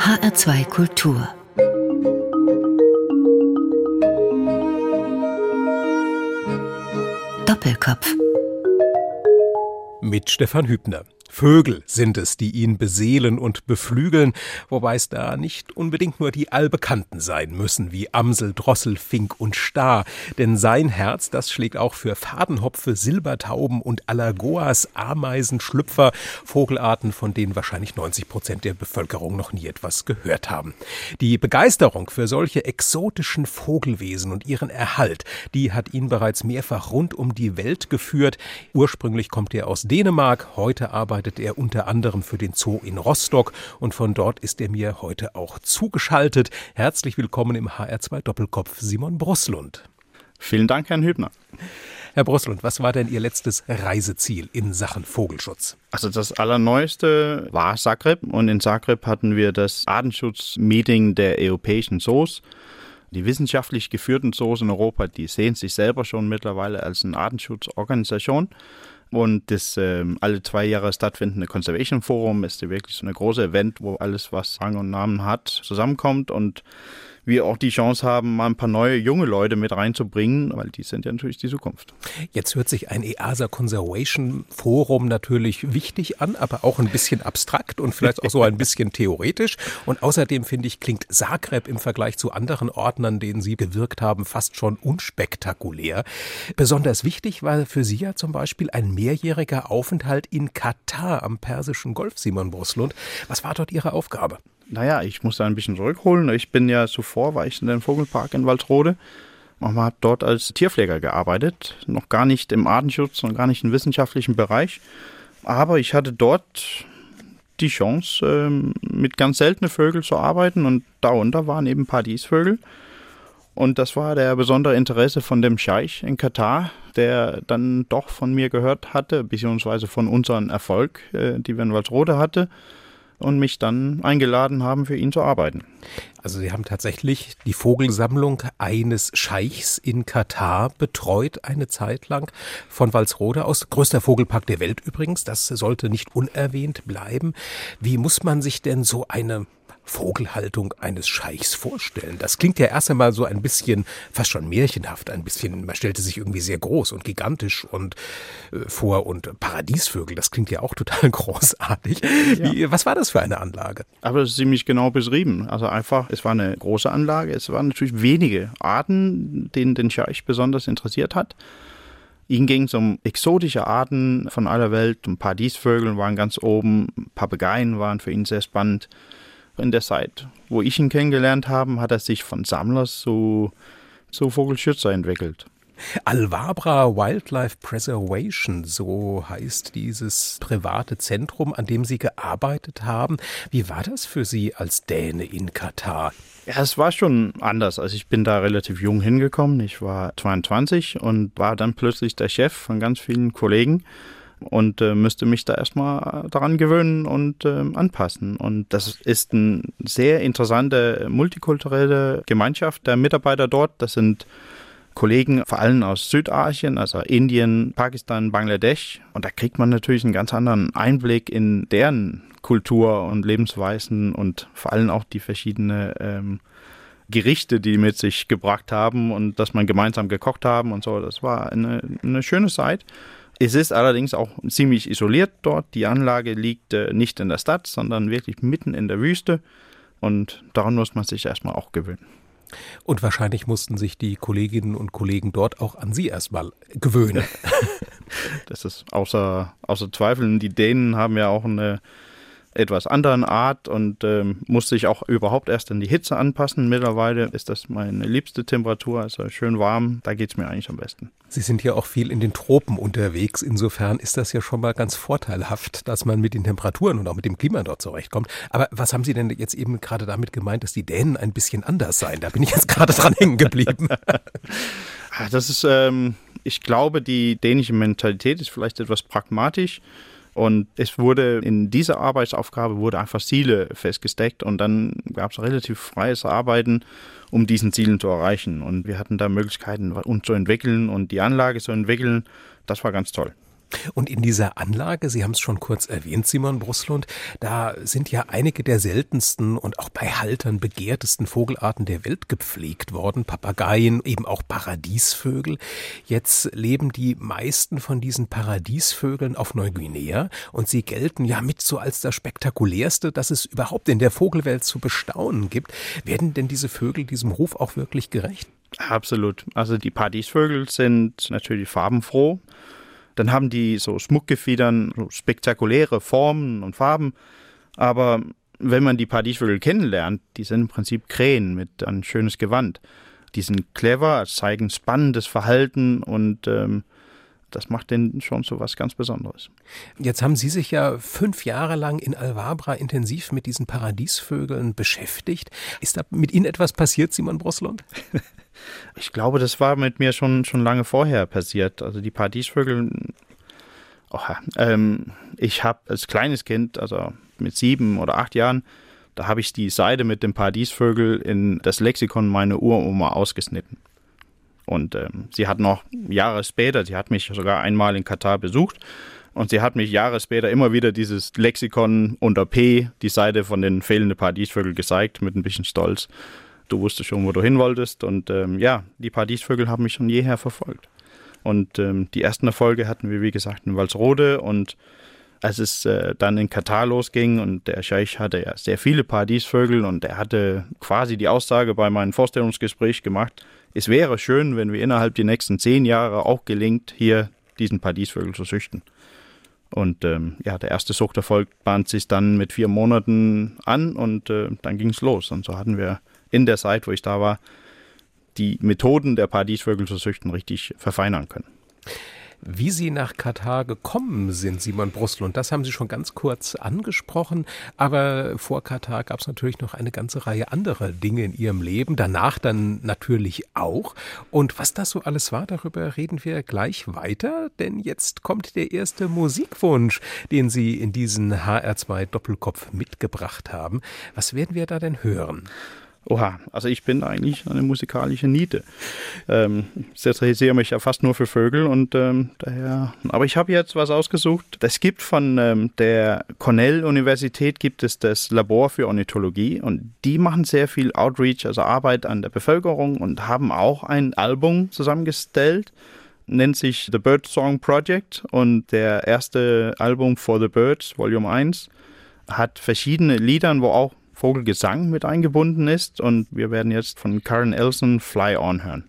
HR2 Kultur. Doppelkopf. Mit Stefan Hübner. Vögel sind es, die ihn beseelen und beflügeln, wobei es da nicht unbedingt nur die Allbekannten sein müssen, wie Amsel, Drossel, Fink und Star. Denn sein Herz, das schlägt auch für Fadenhopfe, Silbertauben und Alagoas, Ameisen, Schlüpfer, Vogelarten, von denen wahrscheinlich 90% der Bevölkerung noch nie etwas gehört haben. Die Begeisterung für solche exotischen Vogelwesen und ihren Erhalt, die hat ihn bereits mehrfach rund um die Welt geführt. Ursprünglich kommt er aus Dänemark, heute arbeitet er unter anderem für den Zoo in Rostock und von dort ist er mir heute auch zugeschaltet. Herzlich willkommen im HR2 Doppelkopf, Simon Brusslund. Vielen Dank, Herrn Hübner. Herr Brusslund, was war denn Ihr letztes Reiseziel in Sachen Vogelschutz? Also das Allerneueste war Zagreb und in Zagreb hatten wir das Artenschutz-Meeting der europäischen Zoos. Die wissenschaftlich geführten Zoos in Europa, die sehen sich selber schon mittlerweile als eine Artenschutzorganisation. Und das alle 2 Jahre stattfindende Conservation Forum ist ja wirklich so ein großes Event, wo alles, was Rang und Namen hat, zusammenkommt und wir auch die Chance haben, mal ein paar neue, junge Leute mit reinzubringen, weil die sind ja natürlich die Zukunft. Jetzt hört sich ein EASA Conservation Forum natürlich wichtig an, aber auch ein bisschen abstrakt und vielleicht auch so ein bisschen theoretisch. Und außerdem, finde ich, klingt Zagreb im Vergleich zu anderen Orten, an denen Sie gewirkt haben, fast schon unspektakulär. Besonders wichtig war für Sie ja zum Beispiel ein mehrjähriger Aufenthalt in Katar am Persischen Golf, Simon Brusslund. Was war dort Ihre Aufgabe? Naja, ich muss da ein bisschen zurückholen. War ich in dem Vogelpark in Walsrode und habe dort als Tierpfleger gearbeitet. Noch gar nicht im Artenschutz und gar nicht im wissenschaftlichen Bereich. Aber ich hatte dort die Chance, mit ganz seltenen Vögeln zu arbeiten und darunter waren eben Paradiesvögel. Und das war der besondere Interesse von dem Scheich in Katar, der dann doch von mir gehört hatte, beziehungsweise von unserem Erfolg, die wir in Walsrode hatten. Und mich dann eingeladen haben, für ihn zu arbeiten. Also Sie haben tatsächlich die Vogelsammlung eines Scheichs in Katar betreut, eine Zeit lang, von Walsrode aus. Größter Vogelpark der Welt übrigens, das sollte nicht unerwähnt bleiben. Wie muss man sich denn so eine Vogelhaltung eines Scheichs vorstellen? Das klingt ja erst einmal so ein bisschen fast schon märchenhaft, man stellte sich irgendwie sehr groß und gigantisch und vor und Paradiesvögel, das klingt ja auch total großartig. Ja. Was war das für eine Anlage? Aber das ist ziemlich genau beschrieben. Also einfach, es war eine große Anlage, es waren natürlich wenige Arten, denen den Scheich besonders interessiert hat. Ihm ging es um exotische Arten von aller Welt, und Paradiesvögel waren ganz oben, Papageien waren für ihn sehr spannend. In der Zeit, wo ich ihn kennengelernt habe, hat er sich von Sammler zu Vogelschützer entwickelt. Alvabra Wildlife Preservation, so heißt dieses private Zentrum, an dem Sie gearbeitet haben. Wie war das für Sie als Däne in Katar? Ja, es war schon anders. Also ich bin da relativ jung hingekommen. Ich war 22 und war dann plötzlich der Chef von ganz vielen Kollegen. Und müsste mich da erstmal daran gewöhnen und anpassen. Und das ist eine sehr interessante multikulturelle Gemeinschaft der Mitarbeiter dort. Das sind Kollegen vor allem aus Südasien, also Indien, Pakistan, Bangladesch. Und da kriegt man natürlich einen ganz anderen Einblick in deren Kultur und Lebensweisen und vor allem auch die verschiedenen Gerichte, die mit sich gebracht haben und dass man gemeinsam gekocht haben und so. Das war eine schöne Zeit. Es ist allerdings auch ziemlich isoliert dort. Die Anlage liegt nicht in der Stadt, sondern wirklich mitten in der Wüste. Und daran muss man sich erstmal auch gewöhnen. Und wahrscheinlich mussten sich die Kolleginnen und Kollegen dort auch an Sie erstmal gewöhnen. Das ist außer Zweifel. Die Dänen haben ja auch eine etwas anderen Art und muss sich auch überhaupt erst an die Hitze anpassen. Mittlerweile ist das meine liebste Temperatur, also schön warm, da geht es mir eigentlich am besten. Sie sind ja auch viel in den Tropen unterwegs, insofern ist das ja schon mal ganz vorteilhaft, dass man mit den Temperaturen und auch mit dem Klima dort zurechtkommt. Aber was haben Sie denn jetzt eben gerade damit gemeint, dass die Dänen ein bisschen anders seien? Da bin ich jetzt gerade dran hängen geblieben. Das ist, ich glaube, die dänische Mentalität ist vielleicht etwas pragmatisch. Und es wurde in dieser Arbeitsaufgabe einfach Ziele festgesteckt und dann gab es relativ freies Arbeiten, um diesen Zielen zu erreichen. Und wir hatten da Möglichkeiten, uns zu entwickeln und die Anlage zu entwickeln. Das war ganz toll. Und in dieser Anlage, Sie haben es schon kurz erwähnt, Simon Brusslund, da sind ja einige der seltensten und auch bei Haltern begehrtesten Vogelarten der Welt gepflegt worden. Papageien, eben auch Paradiesvögel. Jetzt leben die meisten von diesen Paradiesvögeln auf Neuguinea und sie gelten ja mit so als das spektakulärste, das es überhaupt in der Vogelwelt zu bestaunen gibt. Werden denn diese Vögel diesem Ruf auch wirklich gerecht? Absolut. Also die Paradiesvögel sind natürlich farbenfroh. Dann haben die so Schmuckgefiedern, so spektakuläre Formen und Farben. Aber wenn man die Paradiesvögel kennenlernt, die sind im Prinzip Krähen mit ein schönes Gewand. Die sind clever, zeigen spannendes Verhalten und das macht denen schon so was ganz Besonderes. Jetzt haben Sie sich ja 5 Jahre lang in Alvabra intensiv mit diesen Paradiesvögeln beschäftigt. Ist da mit Ihnen etwas passiert, Simon Brusslund? Ich glaube, das war mit mir schon lange vorher passiert. Also die Paradiesvögel, ich habe als kleines Kind, also mit 7 oder 8 Jahren, da habe ich die Seite mit dem Paradiesvögel in das Lexikon meiner Uroma ausgeschnitten. Und sie hat noch Jahre später, sie hat mich sogar einmal in Katar besucht und sie hat mich Jahre später immer wieder dieses Lexikon unter P, die Seite von den fehlenden Paradiesvögeln gezeigt, mit ein bisschen Stolz. Du wusstest schon, wo du hin wolltest und die Paradiesvögel haben mich schon jeher verfolgt. Und die ersten Erfolge hatten wir, wie gesagt, in Walsrode und als es dann in Katar losging und der Scheich hatte ja sehr viele Paradiesvögel und er hatte quasi die Aussage bei meinem Vorstellungsgespräch gemacht, es wäre schön, wenn wir innerhalb der nächsten 10 Jahre auch gelingt, hier diesen Paradiesvögel zu züchten. Und der erste Zuchterfolg bahnt sich dann mit 4 Monaten an und dann ging es los. Und so hatten wir in der Zeit, wo ich da war, die Methoden der Paradiesvögel zu züchten richtig verfeinern können. Wie Sie nach Katar gekommen sind, Simon Brusslund, das haben Sie schon ganz kurz angesprochen, aber vor Katar gab es natürlich noch eine ganze Reihe anderer Dinge in Ihrem Leben, danach dann natürlich auch. Und was das so alles war, darüber reden wir gleich weiter, denn jetzt kommt der erste Musikwunsch, den Sie in diesen HR2 Doppelkopf mitgebracht haben. Was werden wir da denn hören? Oha, also ich bin eigentlich eine musikalische Niete. Ich interessiere mich ja fast nur für Vögel und daher. Aber ich habe jetzt was ausgesucht. Es gibt von der Cornell-Universität gibt es das Labor für Ornithologie und die machen sehr viel Outreach, also Arbeit an der Bevölkerung und haben auch ein Album zusammengestellt. Nennt sich The Bird Song Project und der erste Album For the Birds, Volume 1, hat verschiedene Lieder, wo auch Vogelgesang mit eingebunden ist und wir werden jetzt von Karen Elson Fly On hören.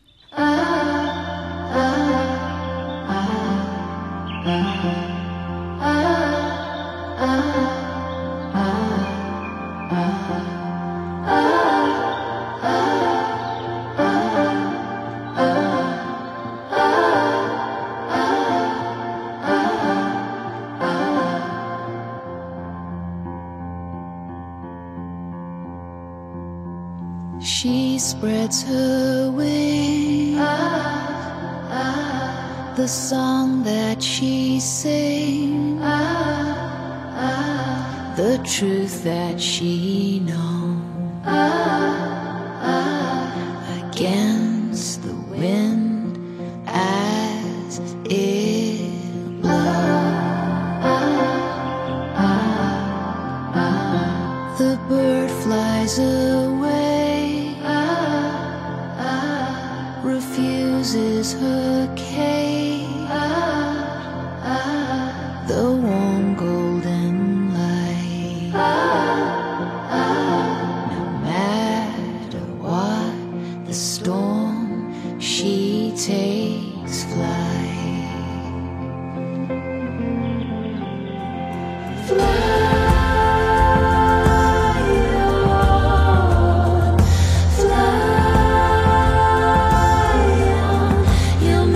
She spreads her wings, the song that she sings, the truth that she knows, against the wind as it blows. The bird flies away, refuses her cage, the warm golden light. No matter what the storm, she takes flight. You'll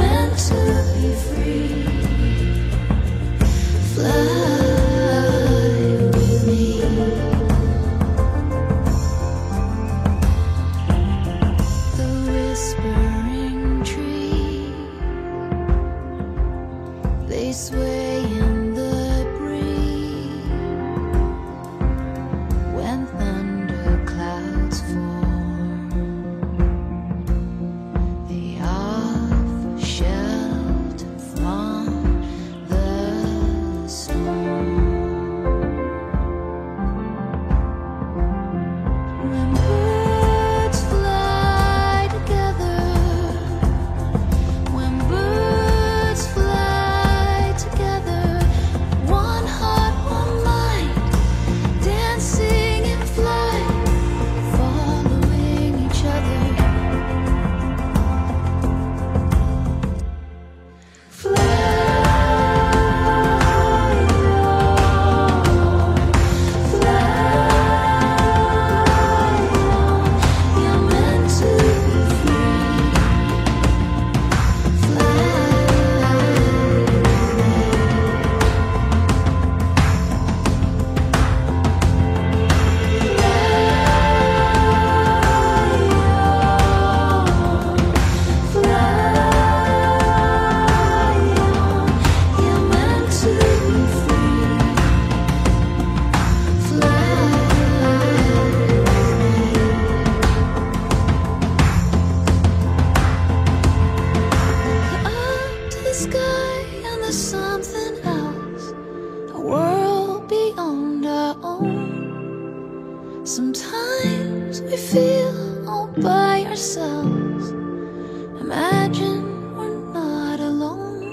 our own. Sometimes we feel all by ourselves. Imagine we're not alone.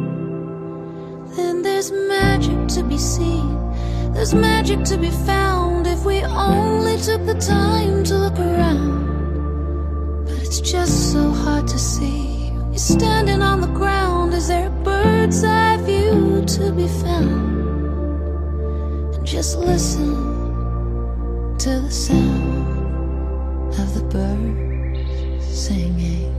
Then there's magic to be seen. There's magic to be found if we only took the time to look around. But it's just so hard to see. You're standing on the ground. Is there a bird's eye view to be found? And just listen to the sound of the birds singing.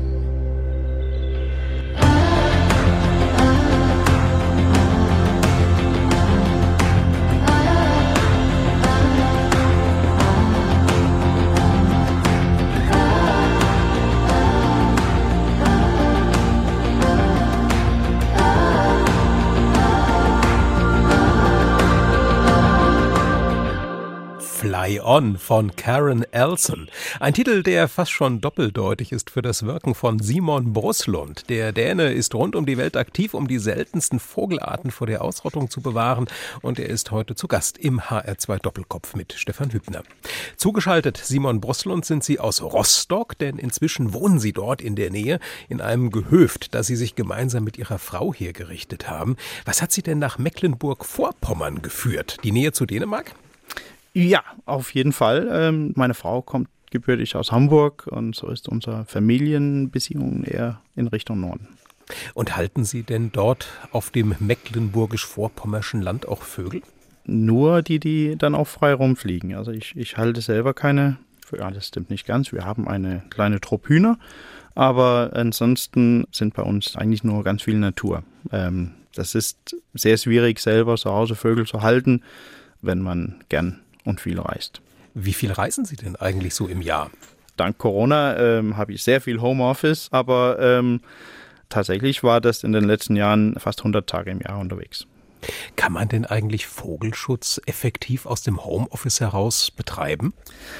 Fly On von Karen Elson. Ein Titel, der fast schon doppeldeutig ist für das Wirken von Simon Brusslund. Der Däne ist rund um die Welt aktiv, um die seltensten Vogelarten vor der Ausrottung zu bewahren. Und er ist heute zu Gast im HR2 Doppelkopf mit Stefan Hübner. Zugeschaltet, Simon Brusslund, sind Sie aus Rostock, denn inzwischen wohnen Sie dort in der Nähe, in einem Gehöft, das Sie sich gemeinsam mit Ihrer Frau hergerichtet haben. Was hat Sie denn nach Mecklenburg-Vorpommern geführt? Die Nähe zu Dänemark? Ja, auf jeden Fall. Meine Frau kommt gebürtig aus Hamburg und so ist unsere Familienbeziehung eher in Richtung Norden. Und halten Sie denn dort auf dem mecklenburgisch-vorpommerschen Land auch Vögel? Nur die dann auch frei rumfliegen. Also ich halte selber keine, ja, das stimmt nicht ganz. Wir haben eine kleine Truppe Hühner, aber ansonsten sind bei uns eigentlich nur ganz viel Natur. Das ist sehr schwierig, selber zu Hause Vögel zu halten, wenn man gern und viel reist. Wie viel reisen Sie denn eigentlich so im Jahr? Dank Corona habe ich sehr viel Homeoffice, aber tatsächlich war das in den letzten Jahren fast 100 Tage im Jahr unterwegs. Kann man denn eigentlich Vogelschutz effektiv aus dem Homeoffice heraus betreiben?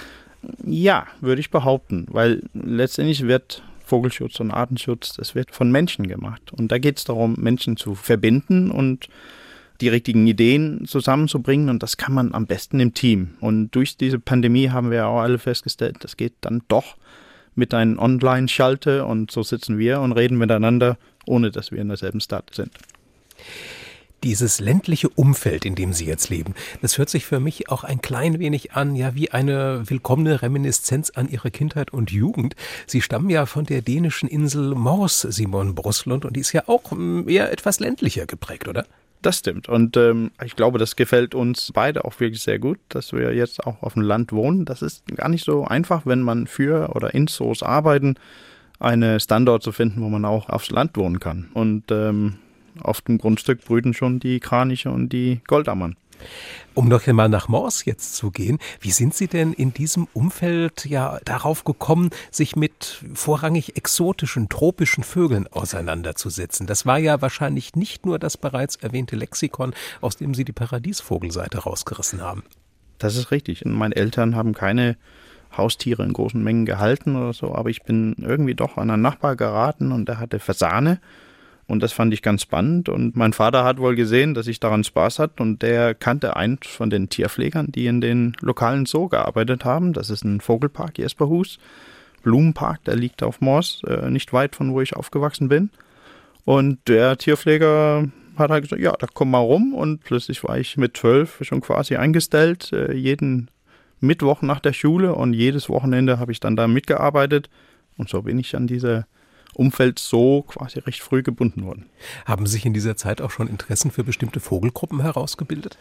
Ja, würde ich behaupten, weil letztendlich wird Vogelschutz und Artenschutz, das wird von Menschen gemacht. Und da geht es darum, Menschen zu verbinden und die richtigen Ideen zusammenzubringen, und das kann man am besten im Team. Und durch diese Pandemie haben wir auch alle festgestellt, das geht dann doch mit einem Online-Schalter, und so sitzen wir und reden miteinander, ohne dass wir in derselben Stadt sind. Dieses ländliche Umfeld, in dem Sie jetzt leben, das hört sich für mich auch ein klein wenig an, ja, wie eine willkommene Reminiszenz an Ihre Kindheit und Jugend. Sie stammen ja von der dänischen Insel Mors, Simon Brusslund, und die ist ja auch eher etwas ländlicher geprägt, oder? Das stimmt, und ich glaube, das gefällt uns beide auch wirklich sehr gut, dass wir jetzt auch auf dem Land wohnen. Das ist gar nicht so einfach, wenn man für oder in Zoos arbeiten, einen Standort zu finden, wo man auch aufs Land wohnen kann. Und auf dem Grundstück brüten schon die Kraniche und die Goldammern. Um noch einmal nach Mors jetzt zu gehen, wie sind Sie denn in diesem Umfeld ja darauf gekommen, sich mit vorrangig exotischen, tropischen Vögeln auseinanderzusetzen? Das war ja wahrscheinlich nicht nur das bereits erwähnte Lexikon, aus dem Sie die Paradiesvogelseite rausgerissen haben. Das ist richtig. Meine Eltern haben keine Haustiere in großen Mengen gehalten oder so, aber ich bin irgendwie doch an einen Nachbar geraten und der hatte Fasane. Und das fand ich ganz spannend, und mein Vater hat wohl gesehen, dass ich daran Spaß hatte, und der kannte einen von den Tierpflegern, die in den lokalen Zoo gearbeitet haben. Das ist ein Vogelpark, Jesperhus, Blumenpark, der liegt auf Mors, nicht weit von wo ich aufgewachsen bin. Und der Tierpfleger hat halt gesagt, ja, da komm mal rum, und plötzlich war ich mit 12 schon quasi eingestellt, jeden Mittwoch nach der Schule, und jedes Wochenende habe ich dann da mitgearbeitet, und so bin ich an dieser Umfeld so quasi recht früh gebunden worden. Haben sich in dieser Zeit auch schon Interessen für bestimmte Vogelgruppen herausgebildet?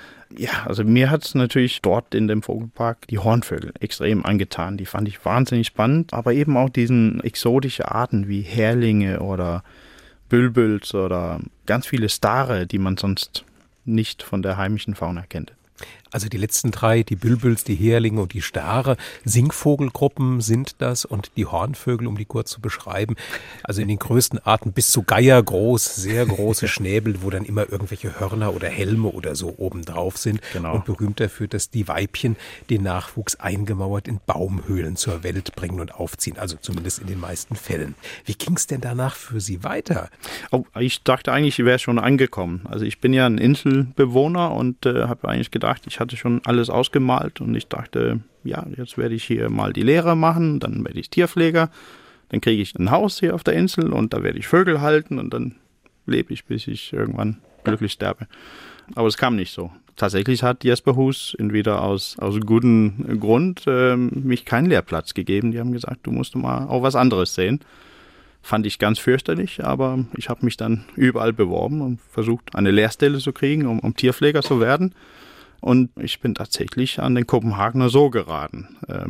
Ja, also mir hat es natürlich dort in dem Vogelpark die Hornvögel extrem angetan. Die fand ich wahnsinnig spannend, aber eben auch diesen exotische Arten wie Herlinge oder Bülbüls oder ganz viele Stare, die man sonst nicht von der heimischen Fauna kennt. Also die letzten drei, die Bülbüls, die Herlinge und die Stare, Singvogelgruppen sind das, und die Hornvögel, um die kurz zu beschreiben, also in den größten Arten bis zu Geier groß, sehr große Schnäbel, wo dann immer irgendwelche Hörner oder Helme oder so oben drauf sind. Genau. Und berühmt dafür, dass die Weibchen den Nachwuchs eingemauert in Baumhöhlen zur Welt bringen und aufziehen, also zumindest in den meisten Fällen. Wie ging es denn danach für Sie weiter? Oh, ich dachte eigentlich, ich wäre schon angekommen. Also ich bin ja ein Inselbewohner und habe eigentlich gedacht, ich ich hatte schon alles ausgemalt und ich dachte, ja, jetzt werde ich hier mal die Lehre machen, dann werde ich Tierpfleger, dann kriege ich ein Haus hier auf der Insel und da werde ich Vögel halten und dann lebe ich, bis ich irgendwann glücklich sterbe. Aber es kam nicht so. Tatsächlich hat Jesper Hus entweder aus gutem Grund mich keinen Lehrplatz gegeben. Die haben gesagt, du musst mal auch was anderes sehen. Fand ich ganz fürchterlich, aber ich habe mich dann überall beworben und versucht, eine Lehrstelle zu kriegen, um Tierpfleger zu werden. Und ich bin tatsächlich an den Kopenhagener Zoo geraten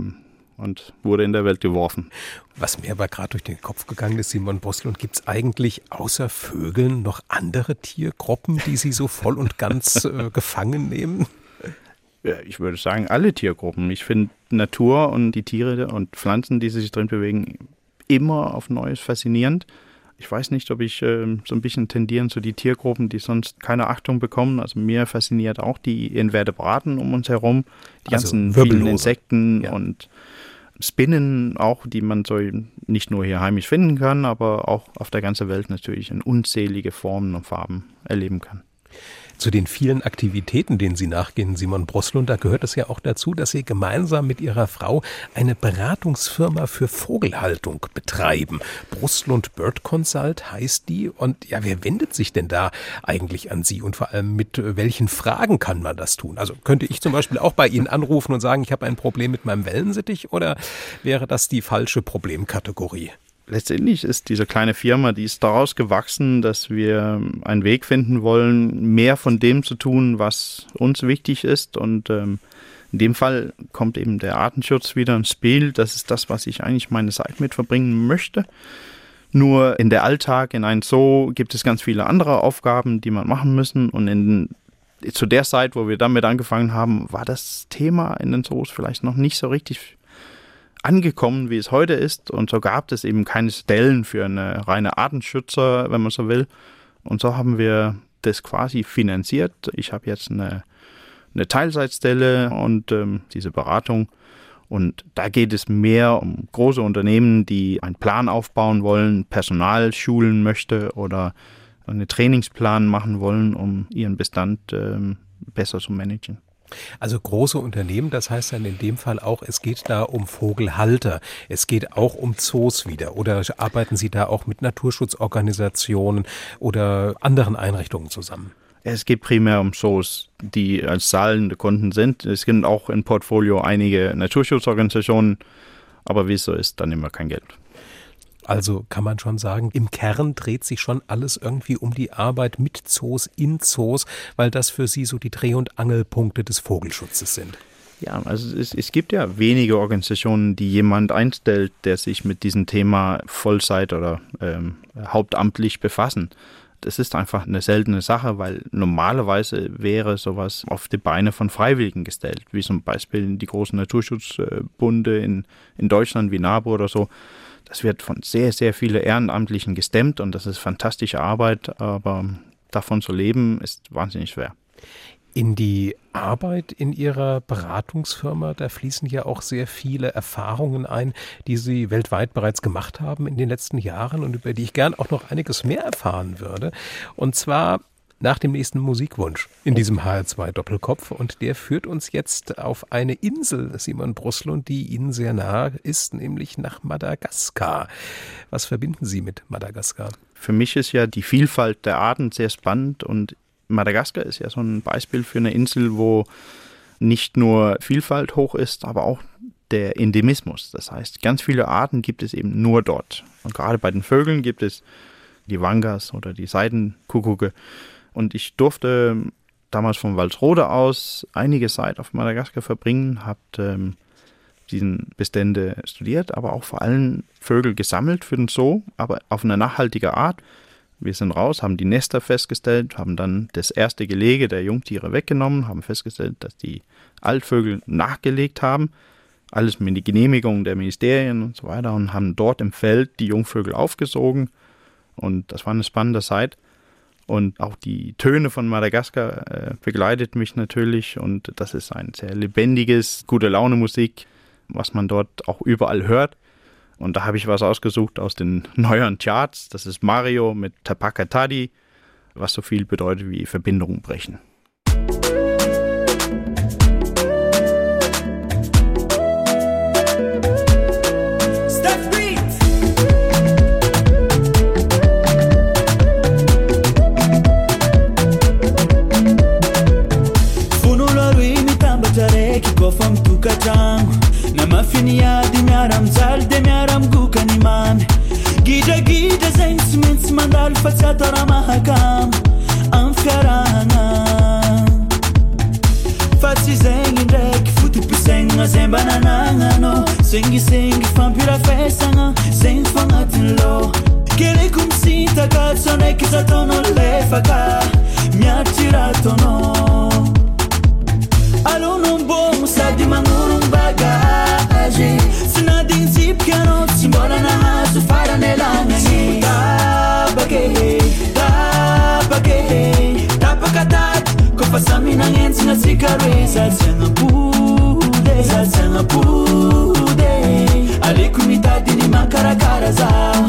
und wurde in der Welt geworfen. Was mir aber gerade durch den Kopf gegangen ist, Simon Broslund, gibt es eigentlich außer Vögeln noch andere Tiergruppen, die Sie so voll und ganz gefangen nehmen? Ja, ich würde sagen, alle Tiergruppen. Ich finde Natur und die Tiere und Pflanzen, die sich drin bewegen, immer auf Neues faszinierend. Ich weiß nicht, ob ich so ein bisschen tendieren zu die Tiergruppen, die sonst keine Achtung bekommen. Also mir fasziniert auch die Invertebraten um uns herum, die ganzen vielen Insekten und Spinnen auch, die man so nicht nur hier heimisch finden kann, aber auch auf der ganzen Welt natürlich in unzählige Formen und Farben erleben kann. Zu den vielen Aktivitäten, denen Sie nachgehen, Simon Broslund, da gehört es ja auch dazu, dass Sie gemeinsam mit Ihrer Frau eine Beratungsfirma für Vogelhaltung betreiben. Broslund Bird Consult heißt die. Und ja, wer wendet sich denn da eigentlich an Sie? Und vor allem mit welchen Fragen kann man das tun? Also könnte ich zum Beispiel auch bei Ihnen anrufen und sagen, ich habe ein Problem mit meinem Wellensittich, oder wäre das die falsche Problemkategorie? Letztendlich ist diese kleine Firma, die ist daraus gewachsen, dass wir einen Weg finden wollen, mehr von dem zu tun, was uns wichtig ist. Und in dem Fall kommt eben der Artenschutz wieder ins Spiel. Das ist das, was ich eigentlich meine Zeit mit verbringen möchte. Nur in der Alltag, in einem Zoo, gibt es ganz viele andere Aufgaben, die man machen müssen. Und zu der Zeit, wo wir damit angefangen haben, war das Thema in den Zoos vielleicht noch nicht so richtig angekommen, wie es heute ist. Und so gab es eben keine Stellen für eine reine Artenschützer, wenn man so will. Und so haben wir das quasi finanziert. Ich habe jetzt eine Teilzeitstelle und diese Beratung. Und da geht es mehr um große Unternehmen, die einen Plan aufbauen wollen, Personal schulen möchte oder einen Trainingsplan machen wollen, um ihren Bestand besser zu managen. Also große Unternehmen, das heißt dann in dem Fall auch, es geht da um Vogelhalter, es geht auch um Zoos wieder, oder arbeiten Sie da auch mit Naturschutzorganisationen oder anderen Einrichtungen zusammen? Es geht primär um Zoos, die als zahlende Kunden sind. Es gibt auch im Portfolio einige Naturschutzorganisationen, aber wie es so ist, dann immer kein Geld. Also kann man schon sagen, im Kern dreht sich schon alles irgendwie um die Arbeit mit Zoos, in Zoos, weil das für Sie so die Dreh- und Angelpunkte des Vogelschutzes sind. Ja, also es gibt ja wenige Organisationen, die jemand einstellt, der sich mit diesem Thema Vollzeit oder hauptamtlich befassen. Das ist einfach eine seltene Sache, weil normalerweise wäre sowas auf die Beine von Freiwilligen gestellt, wie zum Beispiel die großen Naturschutzbunde in Deutschland wie NABU oder so. Das wird von sehr, sehr vielen Ehrenamtlichen gestemmt und das ist fantastische Arbeit, aber davon zu leben ist wahnsinnig schwer. In die Arbeit in Ihrer Beratungsfirma, da fließen ja auch sehr viele Erfahrungen ein, die Sie weltweit bereits gemacht haben in den letzten Jahren und über die ich gern auch noch einiges mehr erfahren würde. Und zwar nach dem nächsten Musikwunsch in diesem HR2 Doppelkopf. Und der führt uns jetzt auf eine Insel, Simon Broslund, die Ihnen sehr nahe ist, nämlich nach Madagaskar. Was verbinden Sie mit Madagaskar? Für mich ist ja die Vielfalt der Arten sehr spannend und Madagaskar ist ja so ein Beispiel für eine Insel, wo nicht nur Vielfalt hoch ist, aber auch der Endemismus. Das heißt, ganz viele Arten gibt es eben nur dort. Und gerade bei den Vögeln gibt es die Wangas oder die Seidenkuckucke. Und ich durfte damals von Walsrode aus einige Zeit auf Madagaskar verbringen, habe diesen Bestände studiert, aber auch vor allem Vögel gesammelt für den Zoo, aber auf eine nachhaltige Art. Wir sind raus, haben die Nester festgestellt, haben dann das erste Gelege der Jungtiere weggenommen, haben festgestellt, dass die Altvögel nachgelegt haben, alles mit der Genehmigung der Ministerien und so weiter und haben dort im Feld die Jungvögel aufgesogen und das war eine spannende Zeit. Und auch die Töne von Madagaskar begleitet mich natürlich und das ist ein sehr lebendiges, gute Laune Musik, was man dort auch überall hört. Und da habe ich was ausgesucht aus den neueren Charts. Das ist Mario mit Tapaka Tadi, was so viel bedeutet wie Verbindungen brechen. kofa mitokantragno na mafiniady miara-mijaly de miara-migoka ny mamy gidragidra zegny tsy maintsy mandalo fa tsy atao raha mahakamo amy fiarahana fa tsy zegny ndraiky fotopisaigna zay mba nanananao sengisengy fampirafesagna zegny fagnatiny lo keleko misintaka so ndraiky zataonao lefaka miaritry raha ataonao alonao mbogno sady magnorogno bagage tsy nadigny tsipika anao tsy mbola nahazo farany elagnany tapaka tady kofa samy nagnenjigna tsika roe zatsiagnapode aleko mitady ny makarakara zaho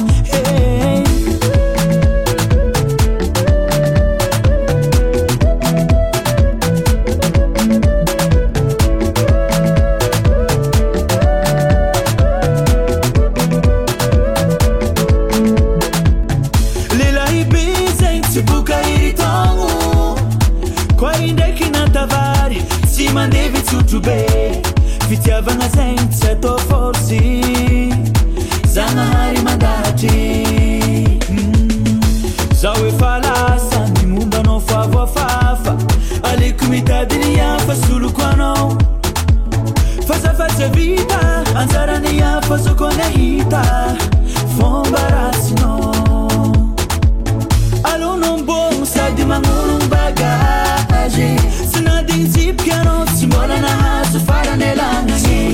mandevy tsotro be fitiavagna zegny tsy atao forsy zagnahary mandatry zaho efa lasa ny mombanao favoafafa aleko mitady ny hafa soloko anao fa zafatsy vita anjarany hafa zoko nahita fomba rasinao alonao mbogno sady magnorogno bagage tsy nadigny tsipika anao tsy mbola nahazo farany elagnany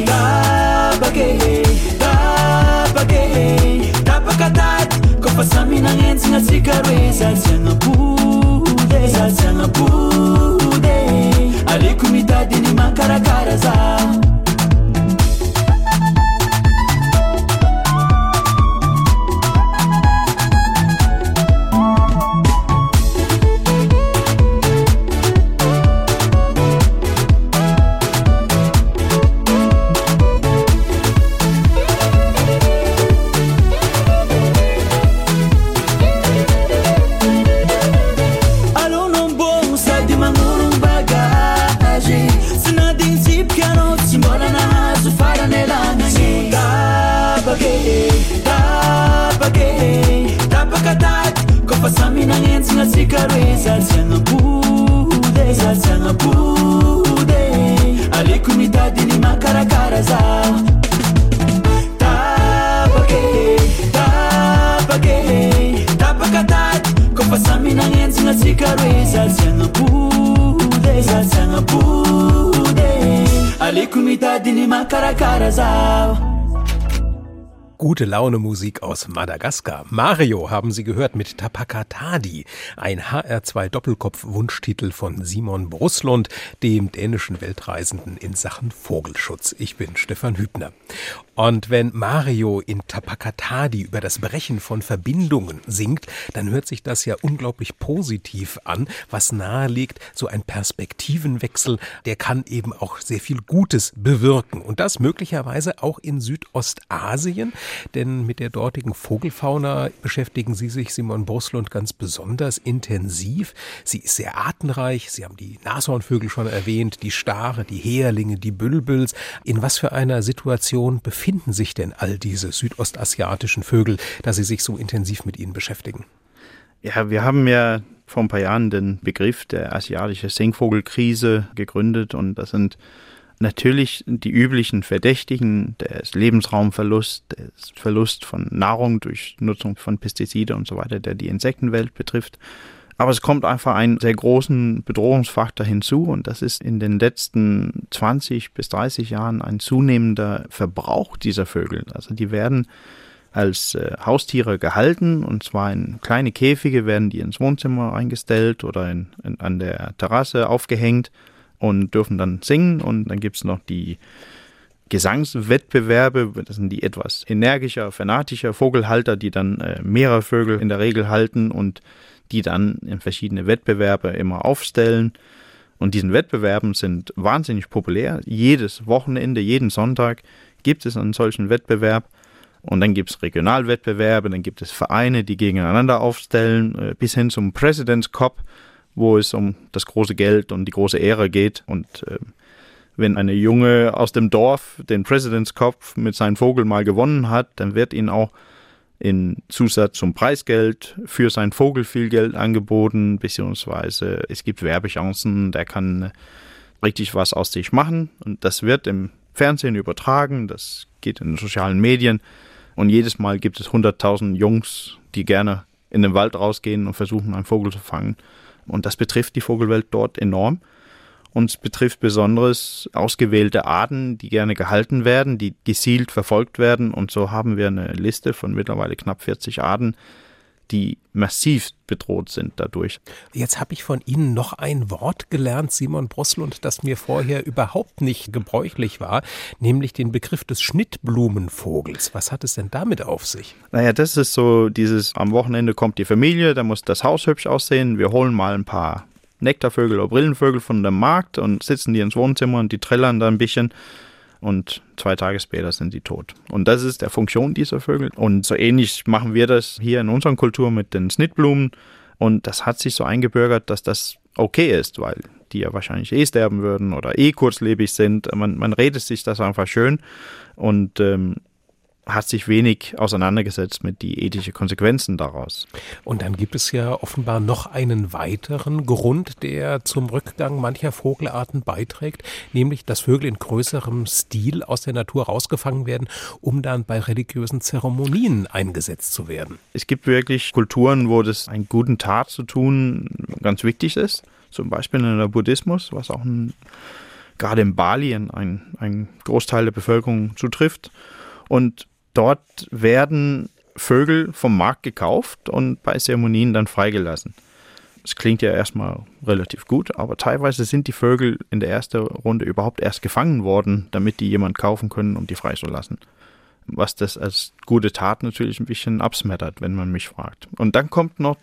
tapaka tady kofa samy nagnenjigna tsika roe zatsiagnapode aleko mitady ny makarakara zaho tapaka tady kofa samy nagnenjigna tsika roe zatsiagnapode aleko mitady ny makarakara zaho tapaka tady kofa samy nagnenjigna tsika roe zatsiagnapode aleko mitady ny makarakara zaho. Gute Laune Musik aus Madagaskar. Mario haben Sie gehört mit Tapaka Tady, ein HR2-Doppelkopf-Wunschtitel von Simon Bruslund, dem dänischen Weltreisenden in Sachen Vogelschutz. Ich bin Stefan Hübner. Und wenn Mario in Tapaka Tady über das Brechen von Verbindungen singt, dann hört sich das ja unglaublich positiv an, was nahelegt, so ein Perspektivenwechsel, der kann eben auch sehr viel Gutes bewirken. Und das möglicherweise auch in Südostasien, denn mit der dortigen Vogelfauna beschäftigen Sie sich, Simon Bruslund, ganz besonders intensiv. Sie ist sehr artenreich, Sie haben die Nashornvögel schon erwähnt, die Stare, die Häherlinge, die Bülbüls. In was für einer Situation befinden sich denn all diese südostasiatischen Vögel, dass Sie sich so intensiv mit ihnen beschäftigen? Ja, wir haben ja vor ein paar Jahren den Begriff der asiatische Singvogelkrise gegründet und das sind natürlich die üblichen Verdächtigen, der Lebensraumverlust, der Verlust von Nahrung durch Nutzung von Pestiziden und so weiter, der die Insektenwelt betrifft. Aber es kommt einfach einen sehr großen Bedrohungsfaktor hinzu und das ist in den letzten 20 bis 30 Jahren ein zunehmender Verbrauch dieser Vögel. Also die werden als Haustiere gehalten und zwar in kleine Käfige werden die ins Wohnzimmer eingestellt oder an der Terrasse aufgehängt und dürfen dann singen und dann gibt es noch die Gesangswettbewerbe, das sind die etwas energischer, fanatischer Vogelhalter, die dann mehrere Vögel in der Regel halten und die dann in verschiedene Wettbewerbe immer aufstellen. Und diesen Wettbewerben sind wahnsinnig populär. Jedes Wochenende, jeden Sonntag gibt es einen solchen Wettbewerb. Und dann gibt es Regionalwettbewerbe, dann gibt es Vereine, die gegeneinander aufstellen, bis hin zum President's Cup, wo es um das große Geld und die große Ehre geht. Und Wenn eine Junge aus dem Dorf den President's Cup mit seinem Vogel mal gewonnen hat, dann wird ihnen auch in Zusatz zum Preisgeld für seinen Vogel viel Geld angeboten, beziehungsweise es gibt Werbechancen, der kann richtig was aus sich machen und das wird im Fernsehen übertragen, das geht in den sozialen Medien und jedes Mal gibt es 100.000 Jungs, die gerne in den Wald rausgehen und versuchen, einen Vogel zu fangen und das betrifft die Vogelwelt dort enorm. Und es betrifft besonders ausgewählte Arten, die gerne gehalten werden, die gezielt verfolgt werden. Und so haben wir eine Liste von mittlerweile knapp 40 Arten, die massiv bedroht sind dadurch. Jetzt habe ich von Ihnen noch ein Wort gelernt, Simon Brusslund, das mir vorher überhaupt nicht gebräuchlich war, nämlich den Begriff des Schnittblumenvogels. Was hat es denn damit auf sich? Naja, das ist so dieses, am Wochenende kommt die Familie, da muss das Haus hübsch aussehen, wir holen mal ein paar Nektarvögel oder Brillenvögel von dem Markt und sitzen die ins Wohnzimmer und die trällern da ein bisschen und 2 Tage später sind die tot. Und das ist der Funktion dieser Vögel. Und so ähnlich machen wir das hier in unserer Kultur mit den Schnittblumen und das hat sich so eingebürgert, dass das okay ist, weil die ja wahrscheinlich sterben würden oder kurzlebig sind. Man redet sich das einfach schön und hat sich wenig auseinandergesetzt mit die ethischen Konsequenzen daraus. Und dann gibt es ja offenbar noch einen weiteren Grund, der zum Rückgang mancher Vogelarten beiträgt, nämlich dass Vögel in größerem Stil aus der Natur rausgefangen werden, um dann bei religiösen Zeremonien eingesetzt zu werden. Es gibt wirklich Kulturen, wo das einen guten Tat zu tun ganz wichtig ist, zum Beispiel in der Buddhismus, was auch gerade in Bali ein Großteil der Bevölkerung zutrifft. Und dort werden Vögel vom Markt gekauft und bei Zeremonien dann freigelassen. Das klingt ja erstmal relativ gut, aber teilweise sind die Vögel in der ersten Runde überhaupt erst gefangen worden, damit die jemand kaufen können, um die freizulassen. Was das als gute Tat natürlich ein bisschen absmettert, wenn man mich fragt. Und dann kommt noch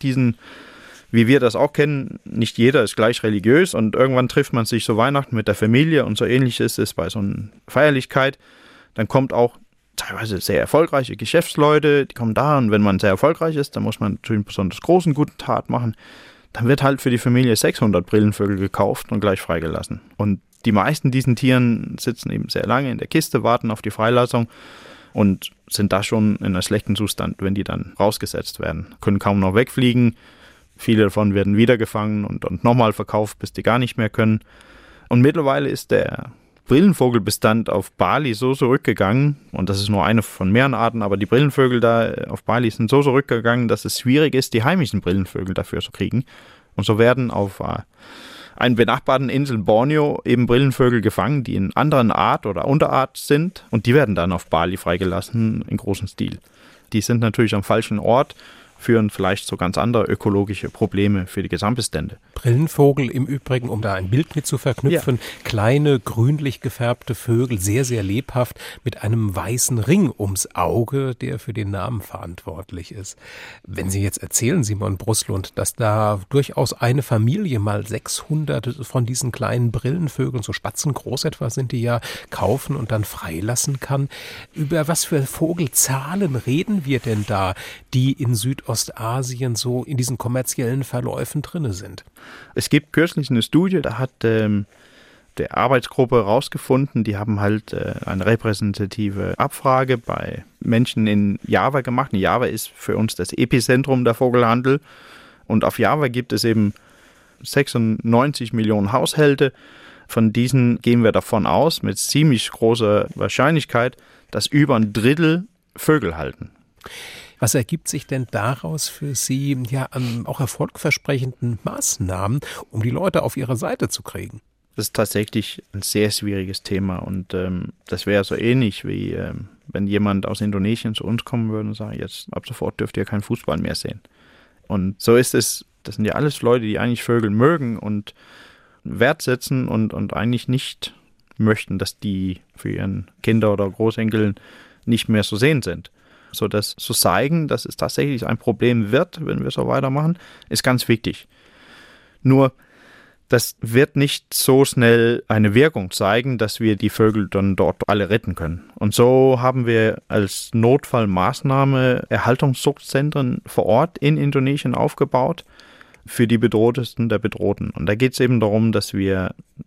wie wir das auch kennen, nicht jeder ist gleich religiös und irgendwann trifft man sich so Weihnachten mit der Familie und so ähnlich ist es bei so einer Feierlichkeit. Dann kommt auch teilweise sehr erfolgreiche Geschäftsleute, die kommen da und wenn man sehr erfolgreich ist, dann muss man natürlich einen besonders großen guten Tat machen. Dann wird halt für die Familie 600 Brillenvögel gekauft und gleich freigelassen. Und die meisten diesen Tieren sitzen eben sehr lange in der Kiste, warten auf die Freilassung und sind da schon in einem schlechten Zustand, wenn die dann rausgesetzt werden. Können kaum noch wegfliegen. Viele davon werden wieder gefangen und nochmal verkauft, bis die gar nicht mehr können. Und mittlerweile ist der Brillenvogelbestand auf Bali so zurückgegangen, und das ist nur eine von mehreren Arten, aber die Brillenvögel da auf Bali sind so zurückgegangen, dass es schwierig ist, die heimischen Brillenvögel dafür zu kriegen. Und so werden auf einen benachbarten Inseln Borneo eben Brillenvögel gefangen, die in anderen Art oder Unterart sind, und die werden dann auf Bali freigelassen in großem Stil. Die sind natürlich am falschen Ort, führen vielleicht zu ganz andere ökologische Probleme für die Gesamtbestände. Brillenvogel im Übrigen, um da ein Bild mit zu verknüpfen, kleine, grünlich gefärbte Vögel, sehr, sehr lebhaft, mit einem weißen Ring ums Auge, der für den Namen verantwortlich ist. Wenn Sie jetzt erzählen, Simon Brusslund, dass da durchaus eine Familie mal 600 von diesen kleinen Brillenvögeln, so spatzengroß etwa sind die ja, kaufen und dann freilassen kann, über was für Vogelzahlen reden wir denn da, die in Südostasien so in diesen kommerziellen Verläufen drin sind? Es gibt kürzlich eine Studie, da hat der Arbeitsgruppe rausgefunden, die haben halt eine repräsentative Abfrage bei Menschen in Java gemacht. Java ist für uns das Epizentrum der Vogelhandel und auf Java gibt es eben 96 Millionen Haushalte. Von diesen gehen wir davon aus, mit ziemlich großer Wahrscheinlichkeit, dass über ein Drittel Vögel halten. Was ergibt sich denn daraus für Sie ja an auch erfolgversprechenden Maßnahmen, um die Leute auf Ihre Seite zu kriegen? Das ist tatsächlich ein sehr schwieriges Thema und das wäre so ähnlich wie wenn jemand aus Indonesien zu uns kommen würde und sagt, jetzt ab sofort dürft ihr keinen Fußball mehr sehen. Und so ist es, das sind ja alles Leute, die eigentlich Vögel mögen und wertsetzen und eigentlich nicht möchten, dass die für ihren Kinder oder Großenkeln nicht mehr zu sehen sind. So das zu zeigen, dass es tatsächlich ein Problem wird, wenn wir so weitermachen, ist ganz wichtig. Nur, das wird nicht so schnell eine Wirkung zeigen, dass wir die Vögel dann dort alle retten können. Und so haben wir als Notfallmaßnahme Erhaltungszuchtzentren vor Ort in Indonesien aufgebaut für die Bedrohtesten der Bedrohten. Und da geht es eben darum, dass wir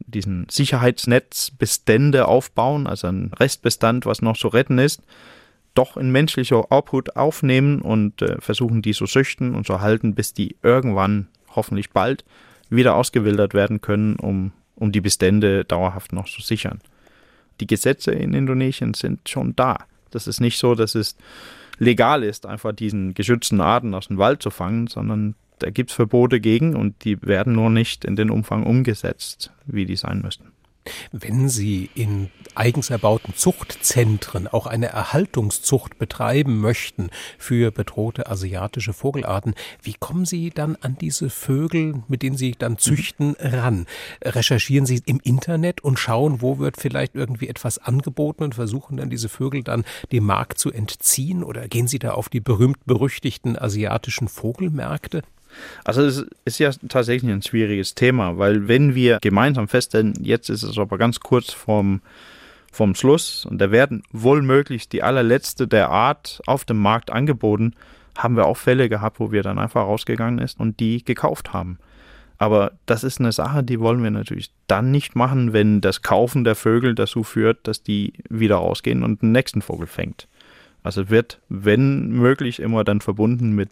diesen Sicherheitsnetzbestände aufbauen, also ein Restbestand, was noch zu retten ist, doch in menschlicher Obhut aufnehmen und versuchen, die zu züchten und zu halten, bis die irgendwann, hoffentlich bald, wieder ausgewildert werden können, um die Bestände dauerhaft noch zu sichern. Die Gesetze in Indonesien sind schon da. Das ist nicht so, dass es legal ist, einfach diesen geschützten Arten aus dem Wald zu fangen, sondern da gibt es Verbote gegen und die werden nur nicht in den Umfang umgesetzt, wie die sein müssten. Wenn Sie in eigens erbauten Zuchtzentren auch eine Erhaltungszucht betreiben möchten für bedrohte asiatische Vogelarten, wie kommen Sie dann an diese Vögel, mit denen Sie dann züchten, ran? Recherchieren Sie im Internet und schauen, wo wird vielleicht irgendwie etwas angeboten und versuchen dann diese Vögel dann dem Markt zu entziehen? Oder gehen Sie da auf die berühmt-berüchtigten asiatischen Vogelmärkte? Also es ist ja tatsächlich ein schwieriges Thema, weil wenn wir gemeinsam feststellen, jetzt ist es aber ganz kurz vom Schluss und da werden wohlmöglich die allerletzte der Art auf dem Markt angeboten, haben wir auch Fälle gehabt, wo wir dann einfach rausgegangen sind und die gekauft haben. Aber das ist eine Sache, die wollen wir natürlich dann nicht machen, wenn das Kaufen der Vögel dazu führt, dass die wieder rausgehen und den nächsten Vogel fängt. Also wird, wenn möglich, immer dann verbunden mit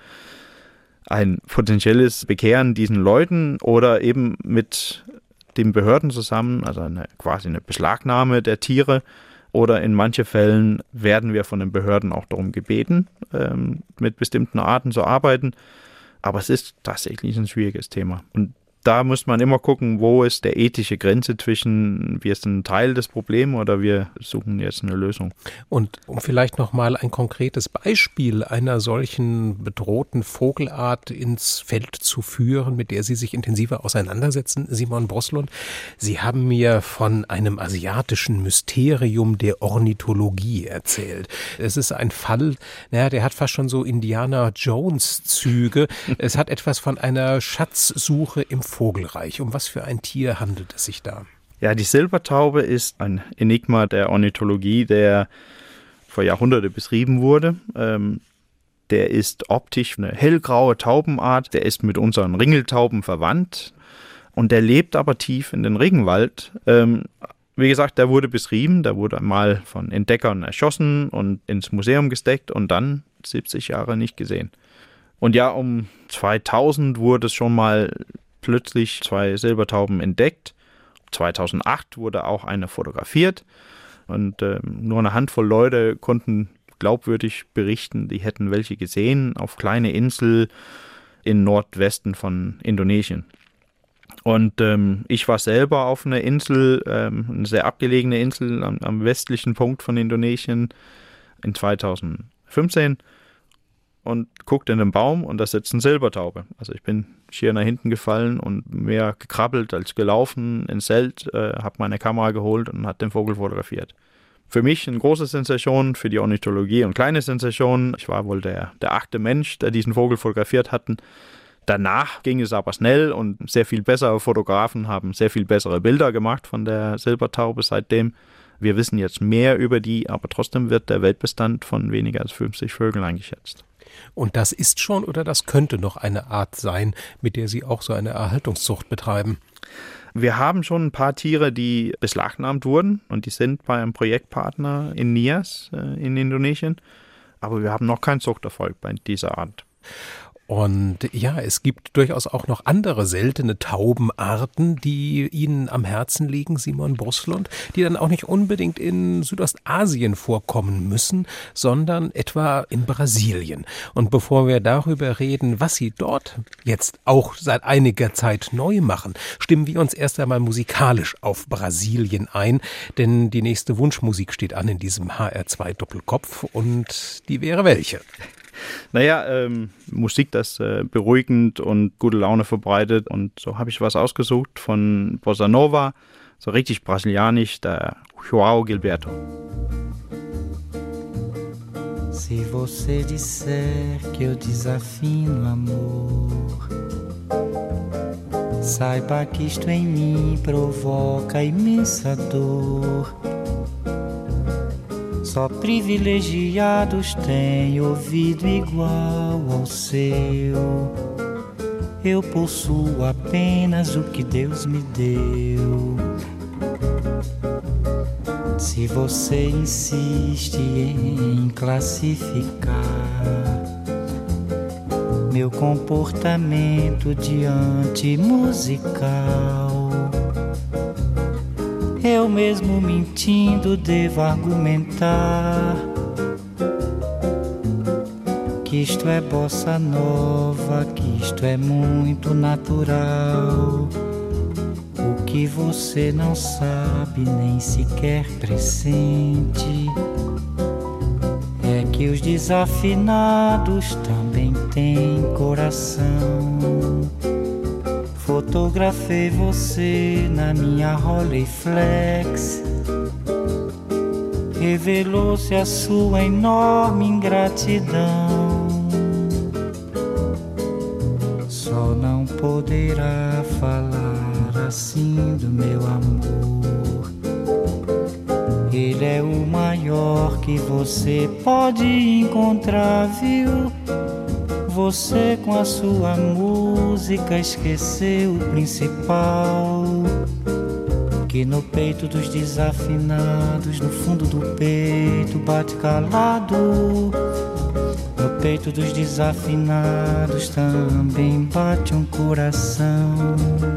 ein potenzielles Bekehren diesen Leuten oder eben mit den Behörden zusammen, also quasi eine Beschlagnahme der Tiere. Oder in manchen Fällen werden wir von den Behörden auch darum gebeten, mit bestimmten Arten zu arbeiten. Aber es ist tatsächlich ein schwieriges Thema. Und da muss man immer gucken, wo ist der ethische Grenze zwischen, wir sind Teil des Problems oder wir suchen jetzt eine Lösung. Und um vielleicht nochmal ein konkretes Beispiel einer solchen bedrohten Vogelart ins Feld zu führen, mit der Sie sich intensiver auseinandersetzen, Simon Broslund. Sie haben mir von einem asiatischen Mysterium der Ornithologie erzählt. Es ist ein Fall, der hat fast schon so Indiana-Jones-Züge. Es hat etwas von einer Schatzsuche im Vogelreich. Um was für ein Tier handelt es sich da? Ja, die Silbertaube ist ein Enigma der Ornithologie, der vor Jahrhunderten beschrieben wurde. Der ist optisch eine hellgraue Taubenart, der ist mit unseren Ringeltauben verwandt und der lebt aber tief in den Regenwald. Wie gesagt, der wurde beschrieben, der wurde einmal von Entdeckern erschossen und ins Museum gesteckt und dann 70 Jahre nicht gesehen. Und ja, um 2000 wurde es schon mal plötzlich 2 Silbertauben entdeckt. 2008 wurde auch eine fotografiert und nur eine Handvoll Leute konnten glaubwürdig berichten, die hätten welche gesehen auf kleine Insel im Nordwesten von Indonesien. Und ich war selber auf einer Insel, eine sehr abgelegene Insel am westlichen Punkt von Indonesien in 2015 und guckte in den Baum und da sitzt eine Silbertaube. Also ich bin schier nach hinten gefallen und mehr gekrabbelt als gelaufen ins Zelt, habe meine Kamera geholt und hat den Vogel fotografiert. Für mich eine große Sensation, für die Ornithologie eine kleine Sensation. Ich war wohl der 8. Mensch, der diesen Vogel fotografiert hatten. Danach ging es aber schnell und sehr viel bessere Fotografen haben sehr viel bessere Bilder gemacht von der Silbertaube seitdem. Wir wissen jetzt mehr über die, aber trotzdem wird der Weltbestand von weniger als 50 Vögeln eingeschätzt. Und das ist schon oder das könnte noch eine Art sein, mit der Sie auch so eine Erhaltungszucht betreiben? Wir haben schon ein paar Tiere, die beschlagnahmt wurden und die sind bei einem Projektpartner in Nias in Indonesien. Aber wir haben noch keinen Zuchterfolg bei dieser Art. Und ja, es gibt durchaus auch noch andere seltene Taubenarten, die Ihnen am Herzen liegen, Simon Broslund, die dann auch nicht unbedingt in Südostasien vorkommen müssen, sondern etwa in Brasilien. Und bevor wir darüber reden, was Sie dort jetzt auch seit einiger Zeit neu machen, stimmen wir uns erst einmal musikalisch auf Brasilien ein, denn die nächste Wunschmusik steht an in diesem HR2 Doppelkopf und die wäre welche? Naja, Musik, das beruhigend und gute Laune verbreitet. Und so habe ich was ausgesucht von Bossa Nova, so richtig brasilianisch, der João Gilberto. Se você disser que eu desafino amor, saiba que isto em mim provoca imensa dor. Só privilegiados têm ouvido igual ao seu. Eu possuo apenas o que Deus me deu. Se você insiste em classificar meu comportamento diante musical, eu mesmo mentindo devo argumentar que isto é bossa nova, que isto é muito natural. O que você não sabe nem sequer pressente é que os desafinados também têm coração. Fotografei você na minha Rolleiflex, revelou-se a sua enorme ingratidão. Só não poderá falar assim do meu amor. Ele é o maior que você pode encontrar, viu? Você com a sua música esqueceu o principal, que no peito dos desafinados, no fundo do peito bate calado. No peito dos desafinados também bate um coração.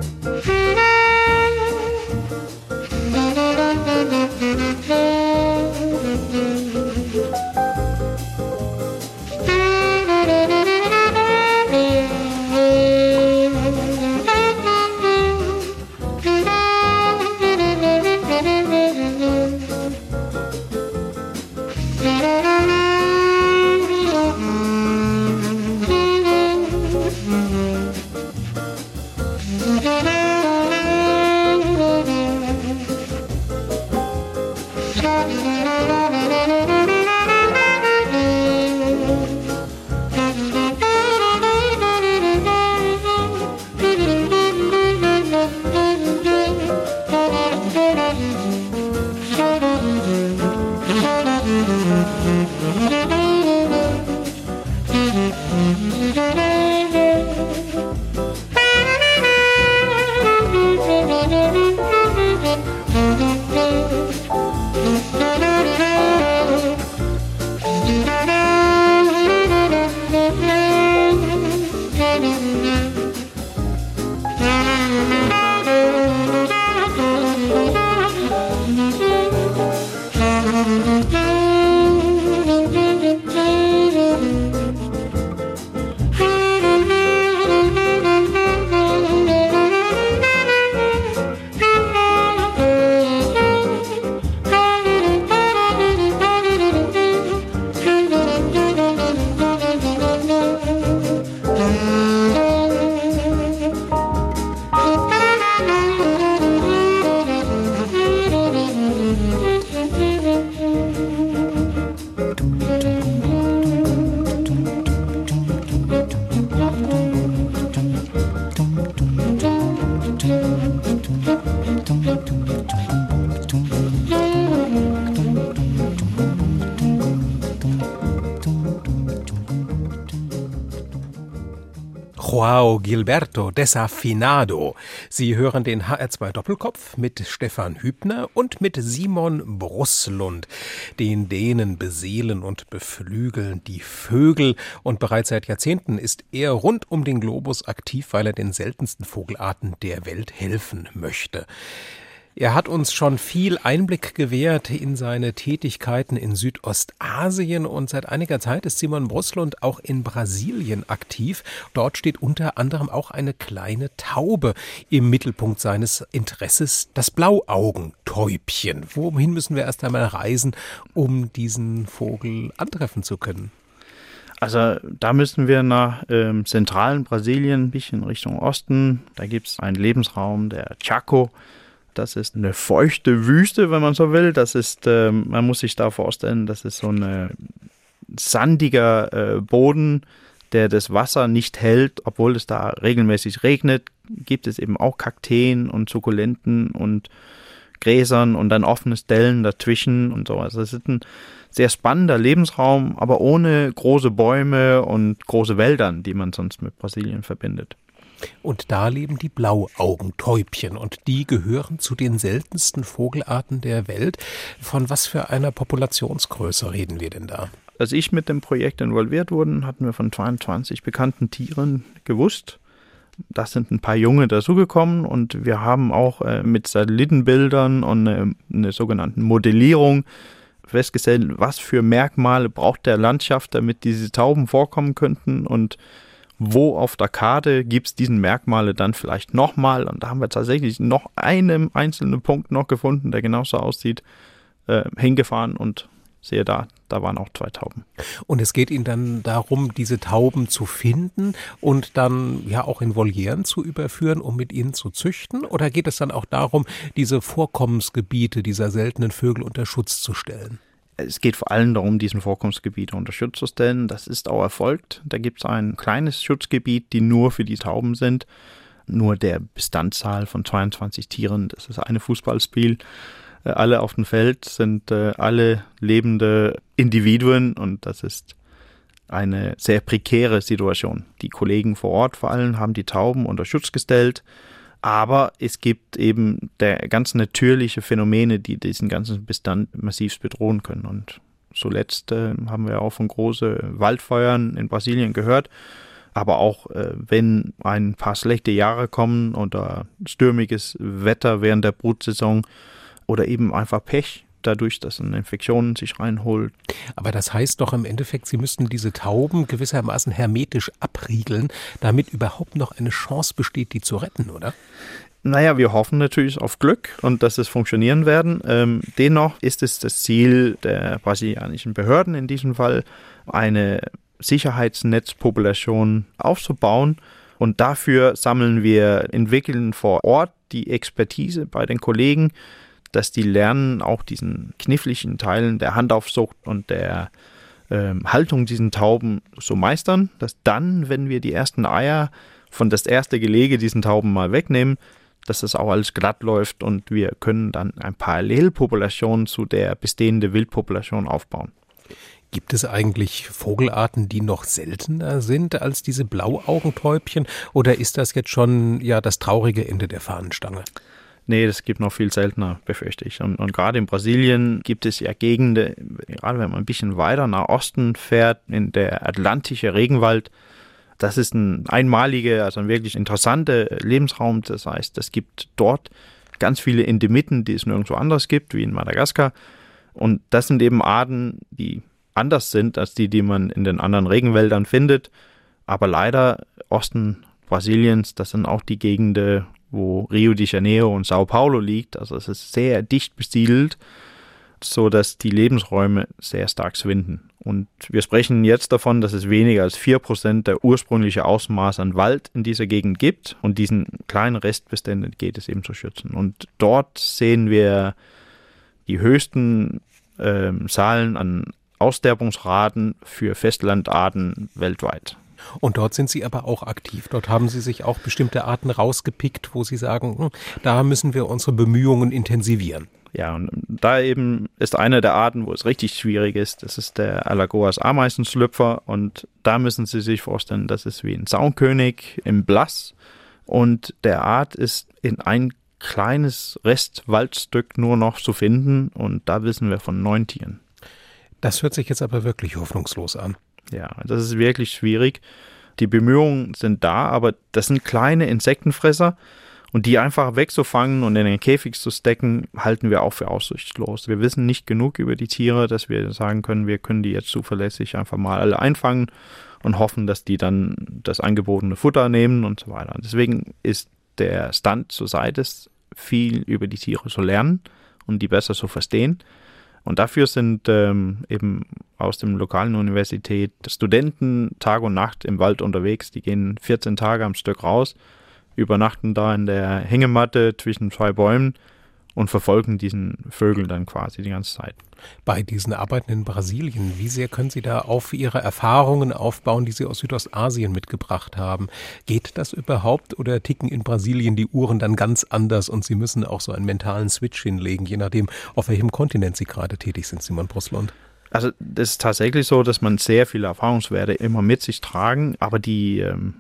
Joao Gilberto Desafinado. Sie hören den HR2 Doppelkopf mit Stefan Hübner und mit Simon Brusslund. Den Dänen beseelen und beflügeln die Vögel. Und bereits seit Jahrzehnten ist er rund um den Globus aktiv, weil er den seltensten Vogelarten der Welt helfen möchte. Er hat uns schon viel Einblick gewährt in seine Tätigkeiten in Südostasien und seit einiger Zeit ist Simon Brusslund auch in Brasilien aktiv. Dort steht unter anderem auch eine kleine Taube im Mittelpunkt seines Interesses, das Blauaugentäubchen. Wohin müssen wir erst einmal reisen, um diesen Vogel antreffen zu können? Also da müssen wir nach zentralen Brasilien, ein bisschen Richtung Osten. Da gibt es einen Lebensraum, der Chaco. Das ist eine feuchte Wüste, wenn man so will. Das ist, man muss sich da vorstellen, das ist so ein sandiger Boden, der das Wasser nicht hält, obwohl es da regelmäßig regnet. Gibt es eben auch Kakteen und Sukkulenten und Gräsern und dann offene Stellen dazwischen und so. Also es ist ein sehr spannender Lebensraum, aber ohne große Bäume und große Wäldern, die man sonst mit Brasilien verbindet. Und da leben die Blauaugentäubchen und die gehören zu den seltensten Vogelarten der Welt. Von was für einer Populationsgröße reden wir denn da? Als ich mit dem Projekt involviert wurde, hatten wir von 22 bekannten Tieren gewusst. Da sind ein paar Junge dazugekommen und wir haben auch mit Satellitenbildern und eine sogenannten Modellierung festgestellt, was für Merkmale braucht der Landschaft, damit diese Tauben vorkommen könnten und wo auf der Karte gibt es diesen Merkmale dann vielleicht nochmal. Und da haben wir tatsächlich noch einen einzelnen Punkt noch gefunden, der genauso aussieht, hingefahren und sehe da waren auch 2 Tauben. Und es geht Ihnen dann darum, diese Tauben zu finden und dann ja auch in Volieren zu überführen, um mit ihnen zu züchten? Oder geht es dann auch darum, diese Vorkommensgebiete dieser seltenen Vögel unter Schutz zu stellen? Es geht vor allem darum, diesen Vorkommensgebiete unter Schutz zu stellen. Das ist auch erfolgt. Da gibt es ein kleines Schutzgebiet, die nur für die Tauben sind. Nur der Bestandszahl von 22 Tieren, das ist eine Fußballspiel. Alle auf dem Feld sind alle lebende Individuen und das ist eine sehr prekäre Situation. Die Kollegen vor Ort vor allem haben die Tauben unter Schutz gestellt, aber es gibt eben ganz natürliche Phänomene, die diesen ganzen Bestand massiv bedrohen können. Und zuletzt haben wir auch von großen Waldfeuern in Brasilien gehört, aber auch wenn ein paar schlechte Jahre kommen oder stürmiges Wetter während der Brutsaison, oder eben einfach Pech, dadurch, dass eine Infektion sich reinholt. Aber das heißt doch im Endeffekt, Sie müssten diese Tauben gewissermaßen hermetisch abriegeln, damit überhaupt noch eine Chance besteht, die zu retten, oder? Naja, wir hoffen natürlich auf Glück und dass es funktionieren werden. Dennoch ist es das Ziel der brasilianischen Behörden in diesem Fall, eine Sicherheitsnetzpopulation aufzubauen. Und dafür entwickeln vor Ort die Expertise bei den Kollegen, dass die lernen, auch diesen kniffligen Teilen der Handaufzucht und der Haltung diesen Tauben zu meistern, dass dann, wenn wir die ersten Eier von das erste Gelege diesen Tauben mal wegnehmen, dass das auch alles glatt läuft und wir können dann eine Parallelpopulation zu der bestehenden Wildpopulation aufbauen. Gibt es eigentlich Vogelarten, die noch seltener sind als diese Blauaugentäubchen oder ist das jetzt schon ja das traurige Ende der Fahnenstange? Nee, das gibt noch viel seltener, befürchte ich. Und gerade in Brasilien gibt es ja Gegenden, gerade wenn man ein bisschen weiter nach Osten fährt, in der atlantische Regenwald. Das ist ein einmaliger, also ein wirklich interessanter Lebensraum. Das heißt, es gibt dort ganz viele Endemiten, die es nirgendwo anders gibt, wie in Madagaskar. Und das sind eben Arten, die anders sind als die man in den anderen Regenwäldern findet. Aber leider Osten Brasiliens, das sind auch die Gegenden, wo Rio de Janeiro und Sao Paulo liegt. Also es ist sehr dicht besiedelt, sodass die Lebensräume sehr stark schwinden. Und wir sprechen jetzt davon, dass es weniger als 4% der ursprüngliche Ausmaß an Wald in dieser Gegend gibt. Und diesen kleinen Restbestände geht es eben zu schützen. Und dort sehen wir die höchsten Zahlen an Aussterbungsraten für Festlandarten weltweit. Und dort sind Sie aber auch aktiv. Dort haben Sie sich auch bestimmte Arten rausgepickt, wo Sie sagen, da müssen wir unsere Bemühungen intensivieren. Ja, und da eben ist eine der Arten, wo es richtig schwierig ist, das ist der Alagoas Ameisenschlüpfer. Und da müssen Sie sich vorstellen, das ist wie ein Zaunkönig im Blass. Und der Art ist in ein kleines Restwaldstück nur noch zu finden. Und da wissen wir von 9 Tieren. Das hört sich jetzt aber wirklich hoffnungslos an. Ja, das ist wirklich schwierig. Die Bemühungen sind da, aber das sind kleine Insektenfresser und die einfach wegzufangen und in den Käfig zu stecken, halten wir auch für aussichtslos. Wir wissen nicht genug über die Tiere, dass wir sagen können, wir können die jetzt zuverlässig einfach mal alle einfangen und hoffen, dass die dann das angebotene Futter nehmen und so weiter. Deswegen ist der Stand zur Seite, viel über die Tiere zu lernen und die besser zu verstehen. Und dafür sind eben aus der lokalen Universität Studenten Tag und Nacht im Wald unterwegs. Die gehen 14 Tage am Stück raus, übernachten da in der Hängematte zwischen 2 Bäumen und verfolgen diesen Vögeln dann quasi die ganze Zeit. Bei diesen Arbeiten in Brasilien, wie sehr können Sie da auf Ihre Erfahrungen aufbauen, die Sie aus Südostasien mitgebracht haben? Geht das überhaupt oder ticken in Brasilien die Uhren dann ganz anders und Sie müssen auch so einen mentalen Switch hinlegen, je nachdem, auf welchem Kontinent Sie gerade tätig sind, Simon Brusslund? Also das ist tatsächlich so, dass man sehr viele Erfahrungswerte immer mit sich tragen, aber die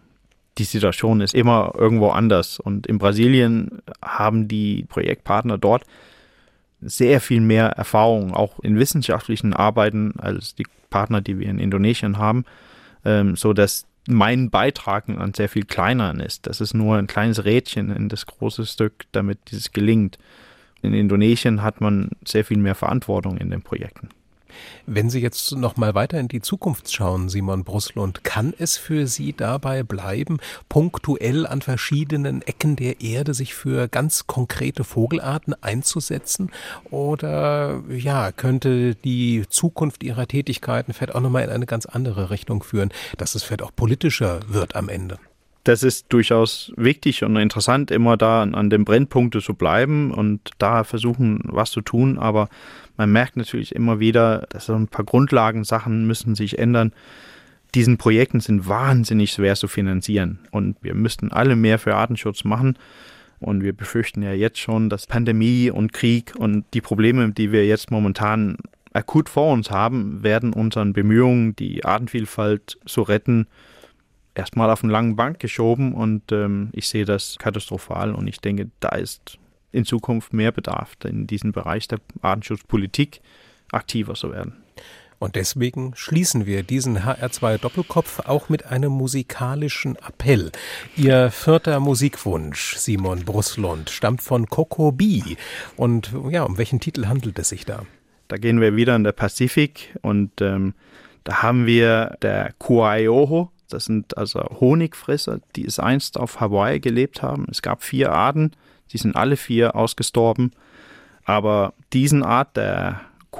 die Situation ist immer irgendwo anders. Und in Brasilien haben die Projektpartner dort sehr viel mehr Erfahrung, auch in wissenschaftlichen Arbeiten, als die Partner, die wir in Indonesien haben, so dass mein Beitrag an sehr viel kleiner ist. Das ist nur ein kleines Rädchen in das große Stück, damit dieses gelingt. In Indonesien hat man sehr viel mehr Verantwortung in den Projekten. Wenn Sie jetzt noch mal weiter in die Zukunft schauen, Simon Brußlund, kann es für Sie dabei bleiben, punktuell an verschiedenen Ecken der Erde sich für ganz konkrete Vogelarten einzusetzen? Oder ja, könnte die Zukunft Ihrer Tätigkeiten vielleicht auch noch mal in eine ganz andere Richtung führen, dass es vielleicht auch politischer wird am Ende? Das ist durchaus wichtig und interessant, immer da an den Brennpunkten zu bleiben und da versuchen, was zu tun. Aber man merkt natürlich immer wieder, dass so ein paar Grundlagensachen müssen sich ändern. Diesen Projekten sind wahnsinnig schwer zu finanzieren und wir müssten alle mehr für Artenschutz machen. Und wir befürchten ja jetzt schon, dass Pandemie und Krieg und die Probleme, die wir jetzt momentan akut vor uns haben, werden unseren Bemühungen, die Artenvielfalt zu retten, erstmal auf eine lange Bank geschoben und ich sehe das katastrophal und ich denke, da ist in Zukunft mehr Bedarf, in diesem Bereich der Artenschutzpolitik aktiver zu werden. Und deswegen schließen wir diesen HR2-Doppelkopf auch mit einem musikalischen Appell. Ihr 4. Musikwunsch, Simon Brußlund, stammt von Coco Bee. Und ja, um welchen Titel handelt es sich da? Da gehen wir wieder in der Pazifik und da haben wir der Kuaioho. Das sind also Honigfresser, die es einst auf Hawaii gelebt haben. Es gab 4 Arten, die sind alle 4 ausgestorben. Aber diesen Art, der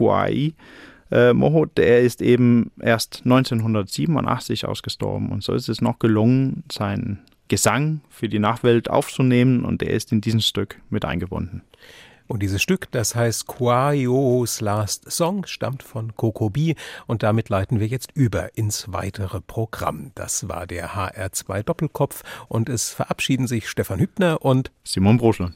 Kuai-Moho, der ist eben erst 1987 ausgestorben. Und so ist es noch gelungen, seinen Gesang für die Nachwelt aufzunehmen. Und der ist in diesem Stück mit eingebunden. Und dieses Stück, das heißt Kuaiohos Last Song, stammt von Coco Bee und damit leiten wir jetzt über ins weitere Programm. Das war der HR2 Doppelkopf und es verabschieden sich Stefan Hübner und Simon Brußlund.